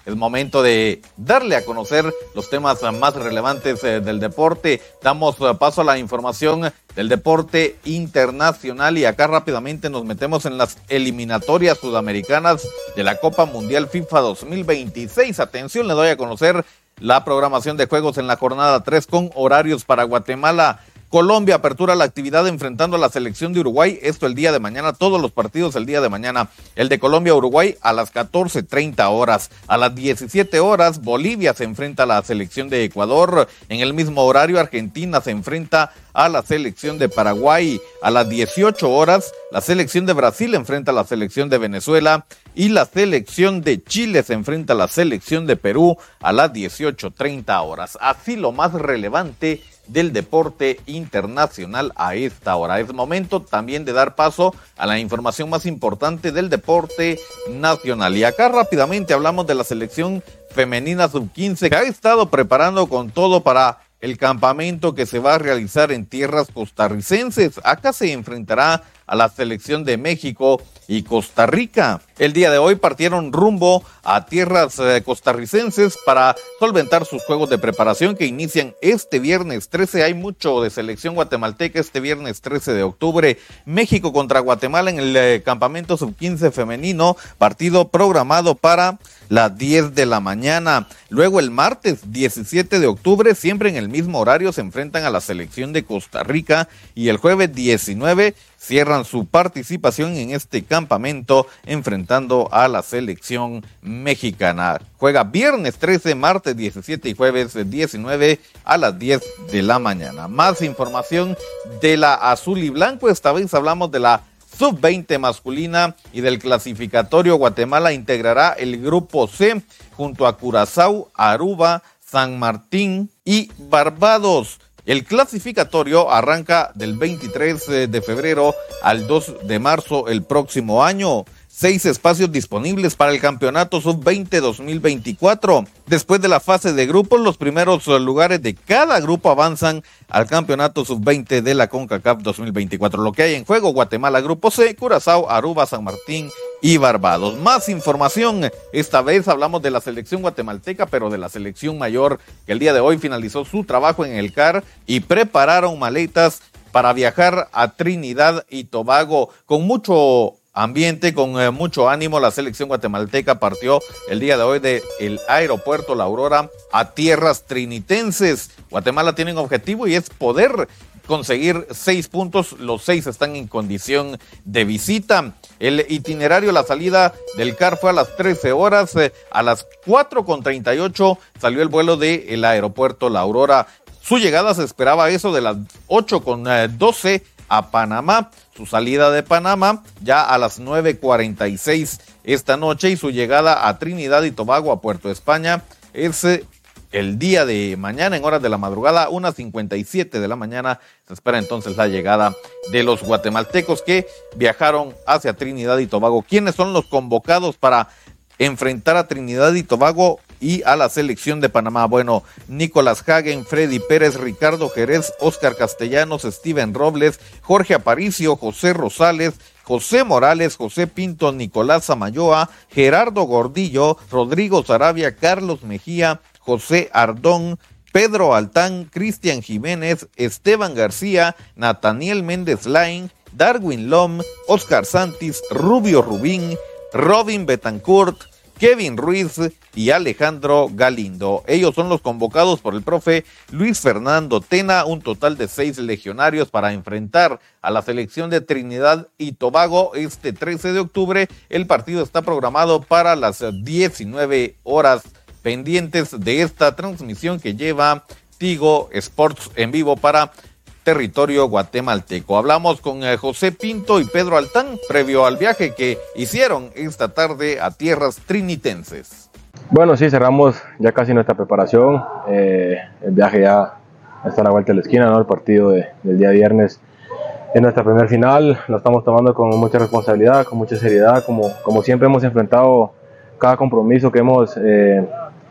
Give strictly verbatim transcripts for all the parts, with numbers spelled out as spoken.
Es momento de darle a conocer los temas más relevantes eh, del deporte. Damos eh, paso a la información del deporte internacional y acá rápidamente nos metemos en las eliminatorias sudamericanas de la Copa Mundial FIFA dos mil veintiséis. Atención, le doy a conocer la programación de juegos en la jornada tres con horarios para Guatemala. Colombia apertura la actividad enfrentando a la selección de Uruguay, esto el día de mañana, todos los partidos el día de mañana. El de Colombia-Uruguay a las catorce treinta horas. A las diecisiete horas, Bolivia se enfrenta a la selección de Ecuador. En el mismo horario, Argentina se enfrenta a la selección de Paraguay. A las dieciocho horas, la selección de Brasil enfrenta a la selección de Venezuela y la selección de Chile se enfrenta a la selección de Perú a las dieciocho treinta horas. Así lo más relevante del deporte internacional a esta hora. Es momento también de dar paso a la información más importante del deporte nacional. Y acá rápidamente hablamos de la selección femenina sub quince que ha estado preparando con todo para el campamento que se va a realizar en tierras costarricenses. Acá se enfrentará a la selección de México y Costa Rica. El día de hoy partieron rumbo a tierras eh, costarricenses para solventar sus juegos de preparación que inician este viernes trece. Hay mucho de selección guatemalteca este viernes trece de octubre. México contra Guatemala en el eh, campamento sub quince femenino, partido programado para las diez de la mañana. Luego el martes diecisiete de octubre, siempre en el mismo horario, se enfrentan a la selección de Costa Rica y el jueves diecinueve cierran su participación en este campamento enfrentando a la selección mexicana. Juega viernes trece, martes diecisiete y jueves diecinueve a las diez de la mañana. Más información de la azul y blanco. Esta vez hablamos de la sub veinte masculina y del clasificatorio. Guatemala integrará el grupo C junto a Curazao, Aruba, San Martín y Barbados. El clasificatorio arranca del veintitrés de febrero al dos de marzo el próximo año. Seis espacios disponibles para el campeonato sub veinte dos mil veinticuatro. Después de la fase de grupos, los primeros lugares de cada grupo avanzan al campeonato sub veinte de la CONCACAF dos mil veinticuatro. Lo que hay en juego: Guatemala grupo C, Curazao, Aruba, San Martín y Barbados. Más información, esta vez hablamos de la selección guatemalteca, pero de la selección mayor, que el día de hoy finalizó su trabajo en el C A R y prepararon maletas para viajar a Trinidad y Tobago. Con mucho ambiente, con eh, mucho ánimo, la selección guatemalteca partió el día de hoy del aeropuerto La Aurora a tierras trinitenses. Guatemala tiene un objetivo y es poder conseguir seis puntos. Los seis están en condición de visita. El itinerario, la salida del C A R fue a las trece horas. Eh, a las cuatro con treinta y ocho salió el vuelo del aeropuerto La Aurora. Su llegada se esperaba eso de las ocho con doce a Panamá. Su salida de Panamá ya a las nueve cuarenta y seis esta noche y su llegada a Trinidad y Tobago, a Puerto España, es eh, el día de mañana en horas de la madrugada, una cincuenta y siete de la mañana. Se espera entonces la llegada de los guatemaltecos que viajaron hacia Trinidad y Tobago. ¿Quiénes son los convocados para enfrentar a Trinidad y Tobago y a la selección de Panamá? Bueno, Nicolás Hagen, Freddy Pérez, Ricardo Jerez, Oscar Castellanos, Steven Robles, Jorge Aparicio, José Rosales, José Morales, José Pinto, Nicolás Samayoa, Gerardo Gordillo, Rodrigo Sarabia, Carlos Mejía, José Ardón, Pedro Altán, Cristian Jiménez, Esteban García, Nathaniel Méndez Lain, Darwin Lom, Oscar Santis, Rubio Rubín, Robin Betancourt, Kevin Ruiz y Alejandro Galindo. Ellos son los convocados por el profe Luis Fernando Tena, un total de seis legionarios para enfrentar a la selección de Trinidad y Tobago este trece de octubre. El partido está programado para las diecinueve horas, pendientes de esta transmisión que lleva Tigo Sports en vivo para territorio guatemalteco. Hablamos con eh, José Pinto y Pedro Altán previo al viaje que hicieron esta tarde a tierras trinitenses. Bueno, sí, cerramos ya casi nuestra preparación. Eh, el viaje ya está a la vuelta de la esquina, ¿no? El partido de, del día viernes es nuestra primer final. Lo estamos tomando con mucha responsabilidad, con mucha seriedad, como, como siempre hemos enfrentado cada compromiso que hemos eh,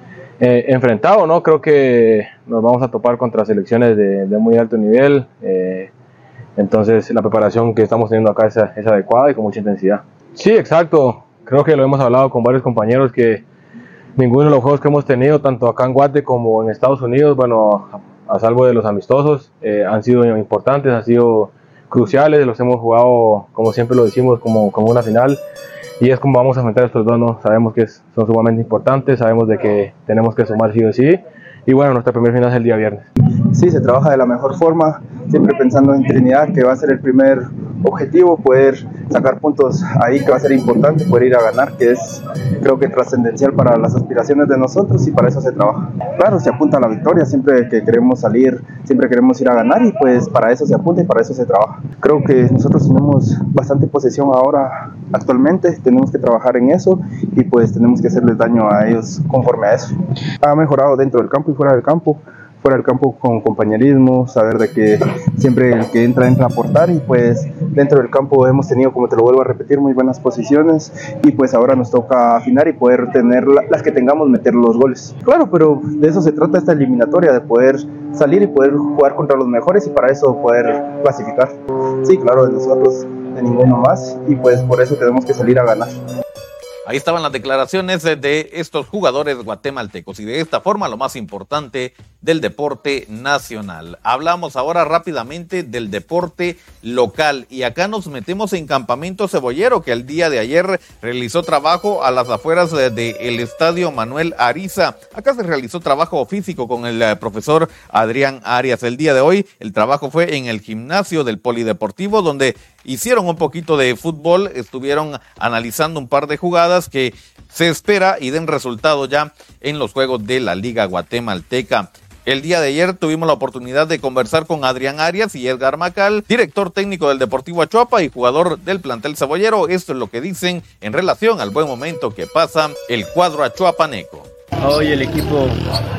Eh, enfrentado, ¿no? Creo que nos vamos a topar contra selecciones de, de muy alto nivel, eh, entonces la preparación que estamos teniendo acá es, es adecuada y con mucha intensidad. Sí, exacto, creo que lo hemos hablado con varios compañeros que ninguno de los juegos que hemos tenido, tanto acá en Guate como en Estados Unidos, bueno, a, a salvo de los amistosos, eh, han sido importantes, han sido cruciales, los hemos jugado, como siempre lo decimos, como, como una final, y es como vamos a enfrentar estos dos, ¿no? Sabemos que es, son sumamente importantes, sabemos de que tenemos que sumar sí o sí, y bueno, nuestra primera final es el día viernes. Sí, se trabaja de la mejor forma, siempre pensando en Trinidad, que va a ser el primer objetivo, poder sacar puntos ahí, que va a ser importante, poder ir a ganar, que es creo que trascendencial para las aspiraciones de nosotros, y para eso se trabaja. Claro, se apunta a la victoria, siempre que queremos salir, siempre queremos ir a ganar, y pues para eso se apunta y para eso se trabaja. Creo que nosotros tenemos bastante posesión ahora actualmente, tenemos que trabajar en eso, y pues tenemos que hacerles daño a ellos conforme a eso. Ha mejorado dentro del campo y fuera del campo, fuera del campo con compañerismo, saber de que siempre el que entra, entra a aportar, y pues dentro del campo hemos tenido, como te lo vuelvo a repetir, muy buenas posiciones, y pues ahora nos toca afinar y poder tener las que tengamos, meter los goles. Claro, pero de eso se trata esta eliminatoria, de poder salir y poder jugar contra los mejores, y para eso poder clasificar. Sí, claro, de nosotros, de ninguno más, y pues por eso tenemos que salir a ganar. Ahí estaban las declaraciones de estos jugadores guatemaltecos y de esta forma lo más importante del deporte nacional. Hablamos ahora rápidamente del deporte local y acá nos metemos en Campamento Cebollero, que el día de ayer realizó trabajo a las afueras del de estadio Manuel Ariza. Acá se realizó trabajo físico con el uh, profesor Adrián Arias. El día de hoy el trabajo fue en el gimnasio del Polideportivo, donde hicieron un poquito de fútbol, estuvieron analizando un par de jugadas que se espera y den resultado ya en los juegos de la Liga Guatemalteca. El día de ayer tuvimos la oportunidad de conversar con Adrián Arias y Edgar Macal, director técnico del Deportivo Achuapa y jugador del plantel cebollero. Esto es lo que dicen en relación al buen momento que pasa el cuadro achuapaneco. Hoy el equipo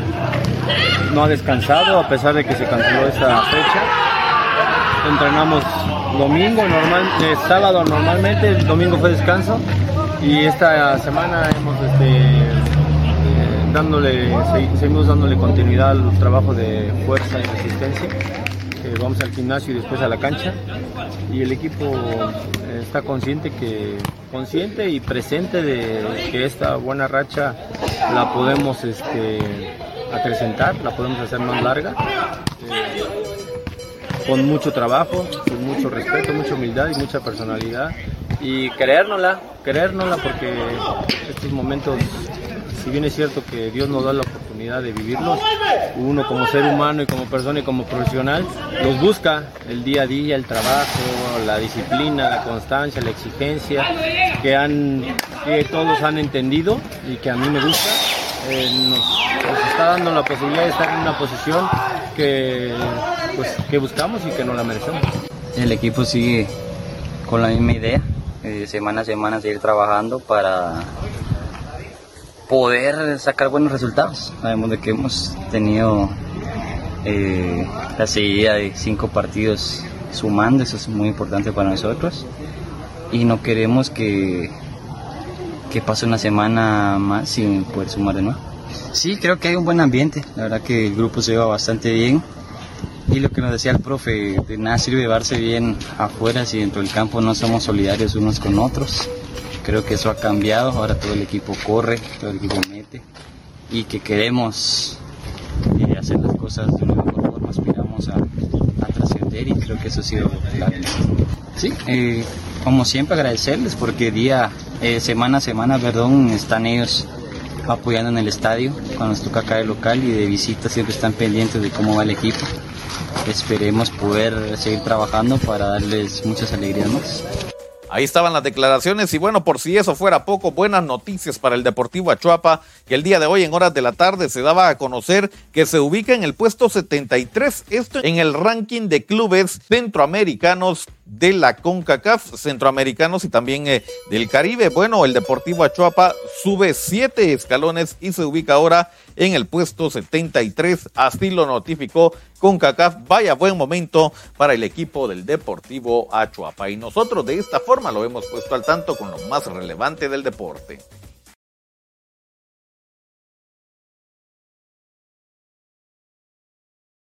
no ha descansado a pesar de que se canceló esta fecha. Entrenamos domingo, normal, eh, sábado normalmente, el domingo fue descanso, y esta semana hemos este, eh, dándole, se, seguimos dándole continuidad a los trabajos de fuerza y resistencia. Eh, vamos al gimnasio y después a la cancha, y el equipo eh, está consciente que consciente y presente de que esta buena racha la podemos este, acrecentar, la podemos hacer más larga. Eh, con mucho trabajo, con mucho respeto, mucha humildad y mucha personalidad, y creérnosla, creérnosla porque estos momentos, si bien es cierto que Dios nos da la oportunidad de vivirlos, uno como ser humano y como persona y como profesional los busca el día a día, el trabajo, la disciplina, la constancia, la exigencia, que, han, que todos han entendido y que a mí me gusta. Eh, nos, nos está dando la posibilidad de estar en una posición que, pues, que buscamos y que no la merecemos. El equipo sigue con la misma idea, eh, semana a semana seguir trabajando para poder sacar buenos resultados. Sabemos de que hemos tenido eh, la seguida de cinco partidos sumando, eso es muy importante para nosotros, y no queremos que que pase una semana más sin poder sumar de nuevo. Sí, creo que hay un buen ambiente, la verdad que el grupo se lleva bastante bien, y lo que nos decía el profe, de nada sirve llevarse bien afuera si dentro del campo no somos solidarios unos con otros. Creo que eso ha cambiado, ahora todo el equipo corre, todo el equipo mete, y que queremos eh, hacer las cosas de una mejor forma, aspiramos a, a trascender, y creo que eso ha sido clave. Sí, eh, como siempre agradecerles porque día, eh, semana a semana, perdón, están ellos apoyando en el estadio cuando nos toca caer local, y de visita siempre están pendientes de cómo va el equipo. Esperemos poder seguir trabajando para darles muchas alegrías más. Ahí estaban las declaraciones y bueno, por si eso fuera poco, buenas noticias para el Deportivo Achuapa, que el día de hoy en horas de la tarde se daba a conocer que se ubica en el puesto setenta y tres, esto en el ranking de clubes centroamericanos de la CONCACAF, centroamericanos y también eh, del Caribe. Bueno, el Deportivo Achuapa sube siete escalones y se ubica ahora en el puesto setenta y tres, así lo notificó CONCACAF. Vaya buen momento para el equipo del Deportivo Achuapa, y nosotros de esta forma lo hemos puesto al tanto con lo más relevante del deporte.